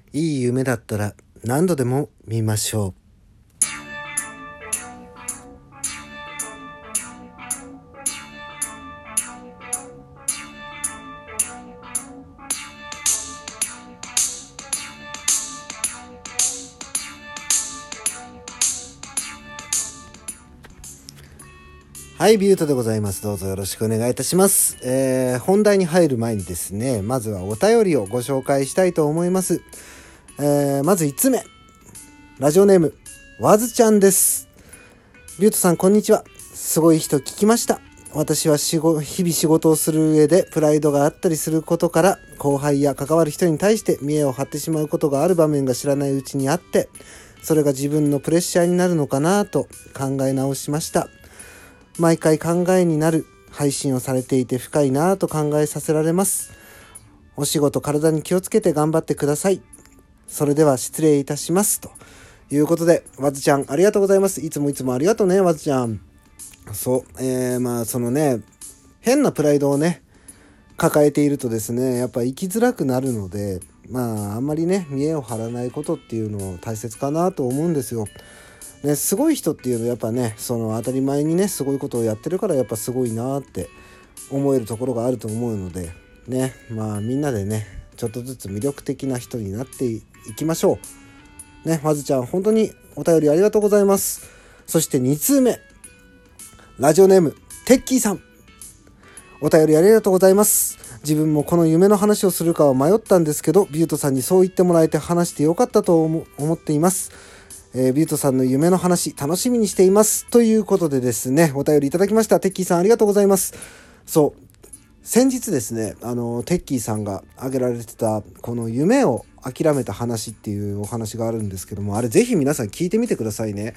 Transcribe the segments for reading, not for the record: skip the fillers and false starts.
いい夢だったら何度でも見ましょう。はい、ビュートでございます。どうぞよろしくお願いいたします。本題に入る前にですね、まずはお便りをご紹介したいと思います。まず1つ目、ラジオネームわずちゃんです。ビュートさん、こんにちは。すごい人聞きました。私は日々仕事をする上でプライドがあったりすることから、後輩や関わる人に対して見栄を張ってしまうことがある場面が知らないうちにあって、それが自分のプレッシャーになるのかなと考え直しました。毎回考えになる配信をされていて深いなぁと考えさせられます。お仕事体に気をつけて頑張ってください。それでは失礼いたします。ということで、わずちゃんありがとうございます。いつもありがとうね、わずちゃん。そう、そのね、変なプライドをね、抱えているとですね、やっぱ生きづらくなるので、あんまりね、見栄を張らないことっていうのを大切かなと思うんですよ。ね、すごい人っていうのはやっぱね、その当たり前にね、すごいことをやってるからやっぱすごいなって思えるところがあると思うのでね、みんなでね、ちょっとずつ魅力的な人になっていきましょうね。まずちゃん、本当にお便りありがとうございます。そして2通目、ラジオネームテッキーさん、お便りありがとうございます。自分もこの夢の話をするかは迷ったんですけど、ビュートさんにそう言ってもらえて話してよかったと思っています。ビュートさんの夢の話楽しみにしていますということでですね、お便りいただきました。テッキーさんありがとうございます。そう、先日ですね、テッキーさんが挙げられてたこの夢を諦めた話っていうお話があるんですけども、あれぜひ皆さん聞いてみてくださいね。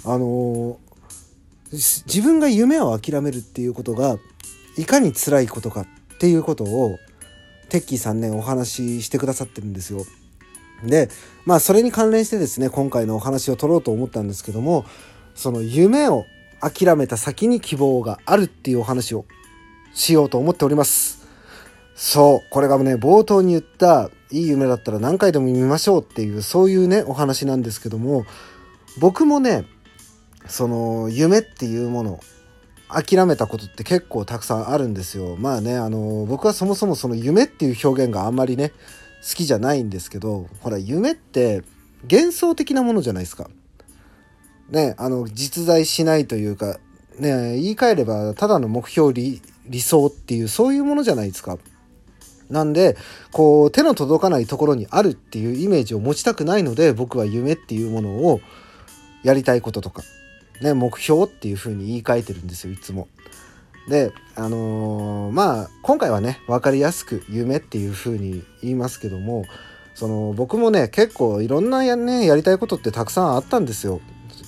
自分が夢を諦めるっていうことがいかに辛いことかっていうことをテッキーさんね、お話ししてくださってるんですよ。で、それに関連してですね、今回のお話を取ろうと思ったんですけども、その夢を諦めた先に希望があるっていうお話をしようと思っております。そう、これがね、冒頭に言ったいい夢だったら何回でも見ましょうっていう、そういうね、お話なんですけども、僕もね、その夢っていうものを諦めたことって結構たくさんあるんですよ。僕はそもそもその夢っていう表現があんまりね、好きじゃないんですけど、ほら、夢って幻想的なものじゃないですかね。実在しないというかね、言い換えればただの目標理想っていう、そういうものじゃないですか。なんでこう手の届かないところにあるっていうイメージを持ちたくないので、僕は夢っていうものをやりたいこととかね、目標っていう風に言い換えてるんですよ、いつも。で、今回はね、分かりやすく夢っていう風に言いますけども、その僕もね、結構いろんなやりたいことってたくさんあったんですよ。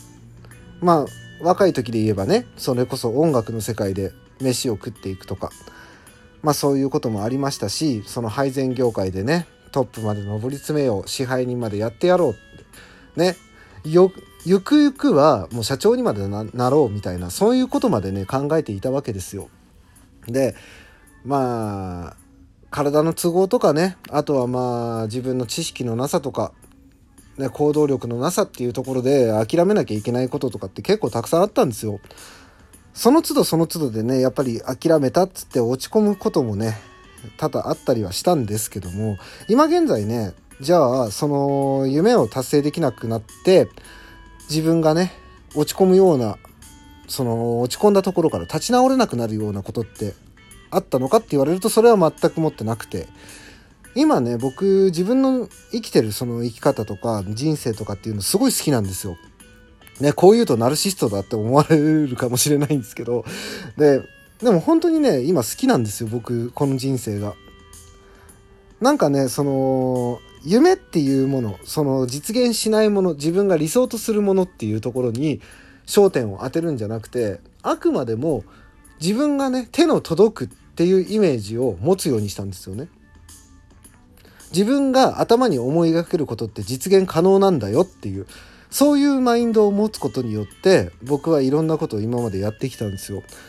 若い時で言えばね、それこそ音楽の世界で飯を食っていくとか、そういうこともありましたし、その配膳業界でね、トップまで上り詰めよう、支配人までやってやろうってね、ゆくゆくはもう社長にまで なろうみたいな、そういうことまでね考えていたわけですよ。で、体の都合とかね、あとは自分の知識のなさとか、ね、行動力のなさっていうところで諦めなきゃいけないこととかって結構たくさんあったんですよ。その都度でね、やっぱり諦めたっつって落ち込むこともね多々あったりはしたんですけども、今現在ね、じゃあその夢を達成できなくなって自分がね落ち込むような、その落ち込んだところから立ち直れなくなるようなことってあったのかって言われると、それは全く持ってなくて、今ね、僕自分の生きてるその生き方とか人生とかっていうのすごい好きなんですよね。こう言うとナルシストだって思われるかもしれないんですけど、でも本当にね、今好きなんですよ、僕この人生が。なんかね、その夢っていうもの、その実現しないもの、自分が理想とするものっていうところに焦点を当てるんじゃなくて、あくまでも自分がね手の届くっていうイメージを持つようにしたんですよね。自分が頭に思い描けることって実現可能なんだよっていう、そういうマインドを持つことによって僕はいろんなことを今までやってきたんですよ。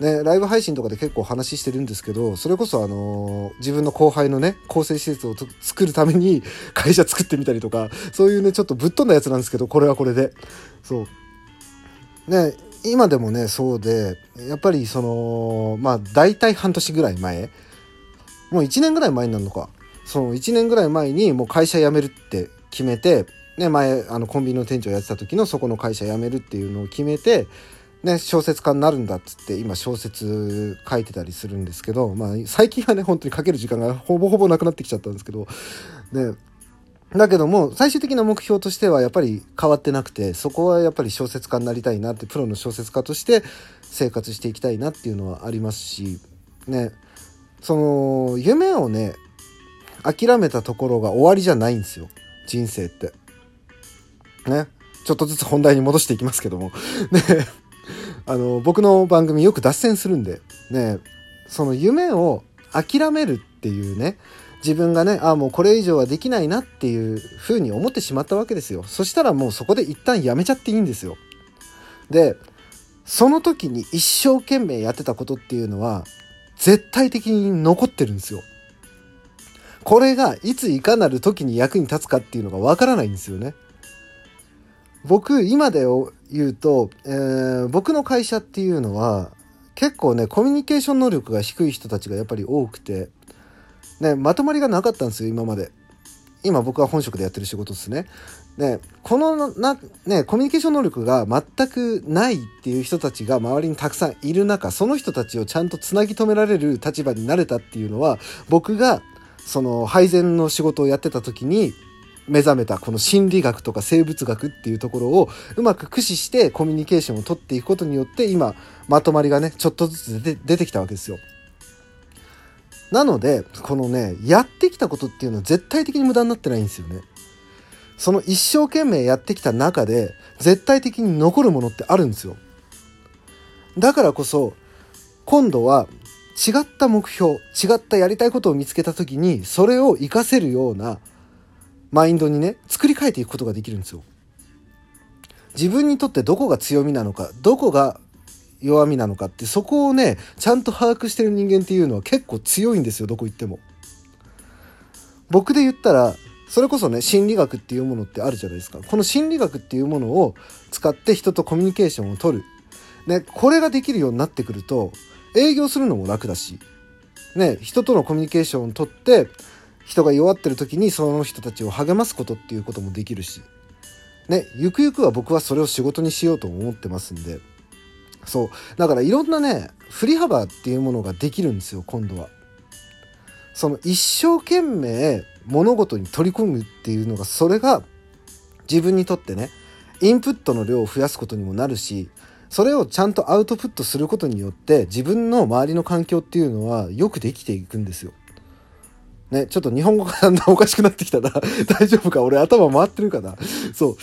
ね、ライブ配信とかで結構話してるんですけど、それこそ自分の後輩のね更生施設を作るために会社作ってみたりとか、そういうねちょっとぶっ飛んだやつなんですけど、これはこれでそうね、今でもねそうで、やっぱり大体半年ぐらい前、もう1年ぐらい前になるのか、その1年ぐらい前にもう会社辞めるって決めて、ね、前コンビニの店長やってた時のそこの会社辞めるっていうのを決めて、ね、小説家になるんだっつって今小説書いてたりするんですけど、最近はね本当に書ける時間がほぼほぼなくなってきちゃったんですけど、ね、だけども最終的な目標としてはやっぱり変わってなくて、そこはやっぱり小説家になりたいなって、プロの小説家として生活していきたいなっていうのはありますしね、その夢をね諦めたところが終わりじゃないんですよ、人生ってね。ちょっとずつ本題に戻していきますけどもね、僕の番組よく脱線するんでね、その夢を諦めるっていうね、自分がねもうこれ以上はできないなっていう風に思ってしまったわけですよ。そしたらもうそこで一旦やめちゃっていいんですよ。でその時に一生懸命やってたことっていうのは絶対的に残ってるんですよ。これがいついかなる時に役に立つかっていうのがわからないんですよね。僕今で言うと、僕の会社っていうのは結構ねコミュニケーション能力が低い人たちがやっぱり多くて、ね、まとまりがなかったんですよ今まで。今僕は本職でやってる仕事ですね。でこのコミュニケーション能力が全くないっていう人たちが周りにたくさんいる中、その人たちをちゃんとつなぎ止められる立場になれたっていうのは、僕がその配膳の仕事をやってた時に目覚めたこの心理学とか生物学っていうところをうまく駆使してコミュニケーションを取っていくことによって、今まとまりがねちょっとずつ出てきたわけですよ。なのでこのねやってきたことっていうのは絶対的に無駄になってないんですよね。その一生懸命やってきた中で絶対的に残るものってあるんですよ。だからこそ今度は違った目標、違ったやりたいことを見つけた時にそれを活かせるようなマインドにね作り変えていくことができるんですよ。自分にとってどこが強みなのか、どこが弱みなのかって、そこをねちゃんと把握してる人間っていうのは結構強いんですよ、どこ行っても。僕で言ったらそれこそね心理学っていうものってあるじゃないですか。この心理学っていうものを使って人とコミュニケーションを取る、ね、これができるようになってくると営業するのも楽だし、ね、人とのコミュニケーションを取って人が弱ってる時にその人たちを励ますことっていうこともできるし、ね、ゆくゆくは僕はそれを仕事にしようと思ってますんで、そうだからいろんなね振り幅っていうものができるんですよ。今度はその一生懸命物事に取り込むっていうのが、それが自分にとってねインプットの量を増やすことにもなるし、それをちゃんとアウトプットすることによって自分の周りの環境っていうのはよくできていくんですよ。ね、ちょっと日本語がだんだんおかしくなってきたな大丈夫か、俺頭回ってるかな。そう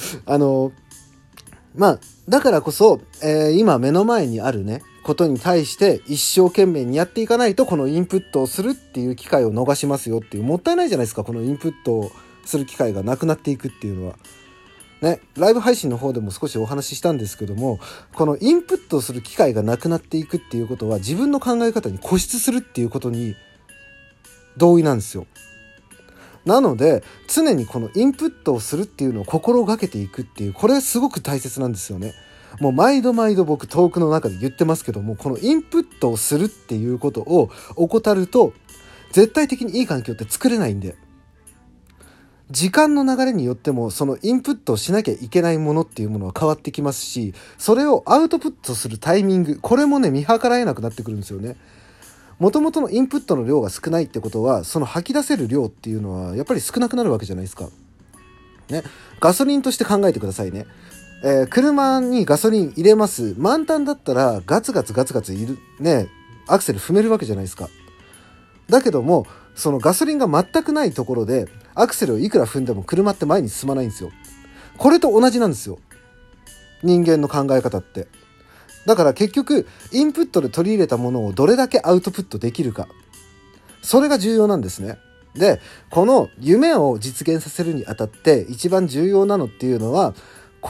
だからこそ、今目の前にあるねことに対して一生懸命にやっていかないと、このインプットをするっていう機会を逃しますよっていう、もったいないじゃないですか、このインプットをする機会がなくなっていくっていうのはね。ライブ配信の方でも少しお話ししたんですけども、このインプットをする機会がなくなっていくっていうことは自分の考え方に固執するっていうことに同意なんですよ。なので常にこのインプットをするっていうのを心がけていくっていう、これすごく大切なんですよね。もう毎度僕トークの中で言ってますけども、このインプットをするっていうことを怠ると絶対的にいい環境って作れないんで、時間の流れによってもそのインプットをしなきゃいけないものっていうものは変わってきますし、それをアウトプットするタイミング、これもね見計らえなくなってくるんですよね。もともとのインプットの量が少ないってことは、その吐き出せる量っていうのはやっぱり少なくなるわけじゃないですか。ね、ガソリンとして考えてくださいね。車にガソリン入れます。満タンだったらガツガツいるね、アクセル踏めるわけじゃないですか。だけどもそのガソリンが全くないところでアクセルをいくら踏んでも車って前に進まないんですよ。これと同じなんですよ、人間の考え方って。だから結局インプットで取り入れたものをどれだけアウトプットできるか、それが重要なんですね。でこの夢を実現させるにあたって一番重要なのっていうのは、この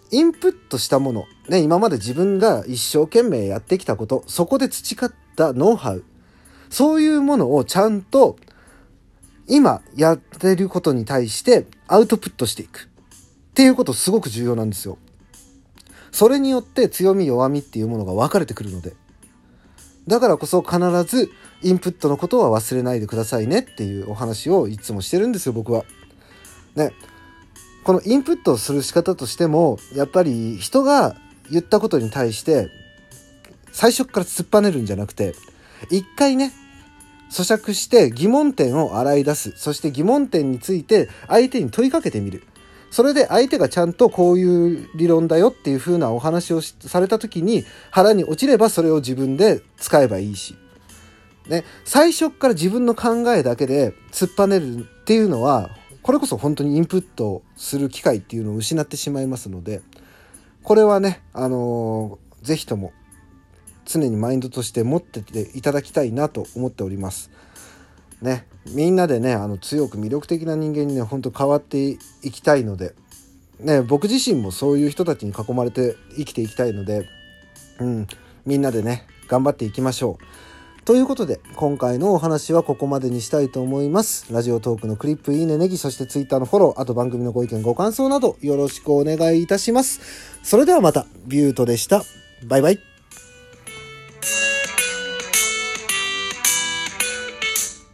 インプットしたもの、ね、今まで自分が一生懸命やってきたこと、そこで培ったノウハウ、そういうものをちゃんと今やってることに対してアウトプットしていくっていうことすごく重要なんですよ。それによって強み弱みっていうものが分かれてくるので、だからこそ必ずインプットのことは忘れないでくださいねっていうお話をいつもしてるんですよ、僕は。ね、このインプットをする仕方としても、やっぱり人が言ったことに対して最初から突っぱねるんじゃなくて、一回ね、咀嚼して疑問点を洗い出す。そして疑問点について相手に問いかけてみる。それで相手がちゃんとこういう理論だよっていう風なお話をされた時に腹に落ちれば、それを自分で使えばいいし、ね、最初から自分の考えだけで突っぱねるっていうのは、これこそ本当にインプットする機会っていうのを失ってしまいますので、これはね、ぜひとも常にマインドとして持ってていただきたいなと思っておりますね。みんなでね、強く魅力的な人間にね、本当変わっていきたいのでね、僕自身もそういう人たちに囲まれて生きていきたいので、みんなでね頑張っていきましょうということで、今回のお話はここまでにしたいと思います。ラジオトークのクリップ、いいね、ネギ、そしてツイッターのフォロー、あと番組のご意見ご感想などよろしくお願いいたします。それではまた。ビュートでした。バイバイ。